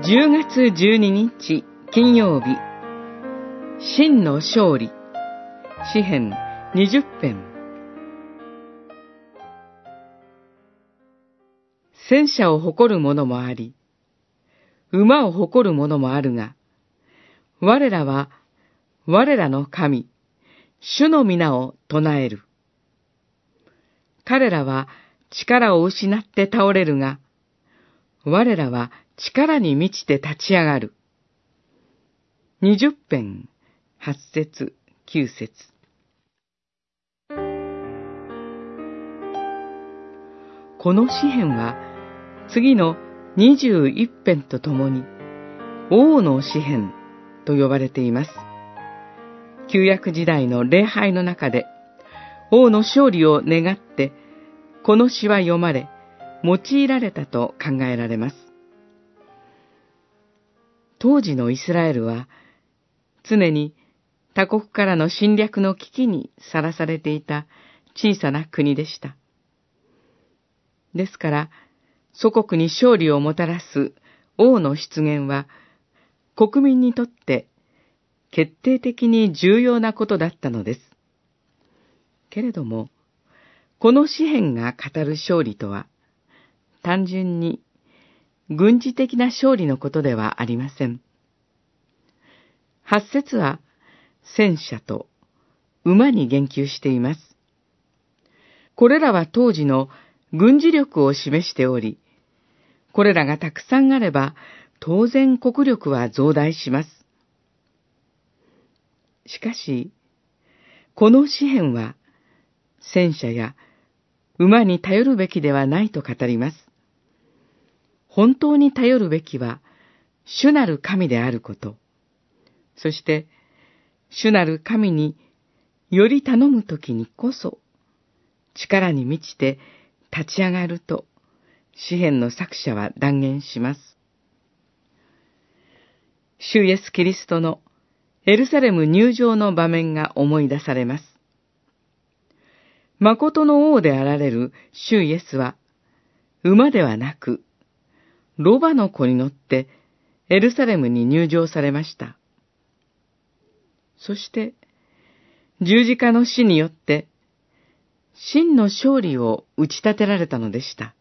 10月12日金曜日、真の勝利、詩編20編。戦車を誇る者もあり、馬を誇る者もあるが、我らは我らの神、主の皆を唱える。彼らは力を失って倒れるが、我らは力に満ちて立ち上がる。20編、8節、9節。この詩編は、次の21編とともに、王の詩編と呼ばれています。旧約時代の礼拝の中で、王の勝利を願って、この詩は読まれ、用いられたと考えられます。当時のイスラエルは、常に他国からの侵略の危機にさらされていた小さな国でした。ですから、祖国に勝利をもたらす王の出現は、国民にとって決定的に重要なことだったのです。けれども、この詩編が語る勝利とは、単純に軍事的な勝利のことではありません。8節は戦車と馬に言及しています。これらは当時の軍事力を示しており、これらがたくさんあれば、当然国力は増大します。しかし、この詩編は、戦車や馬に頼るべきではないと語ります。本当に頼るべきは、主なる神であること。そして、主なる神により頼むときにこそ、力に満ちて立ち上がると、詩編の作者は断言します。主イエス・キリストのエルサレム入場の場面が思い出されます。誠の王であられる主イエスは、馬ではなく、ロバの子に乗ってエルサレムに入場されました。そして、十字架の死によって、真の勝利を打ち立てられたのでした。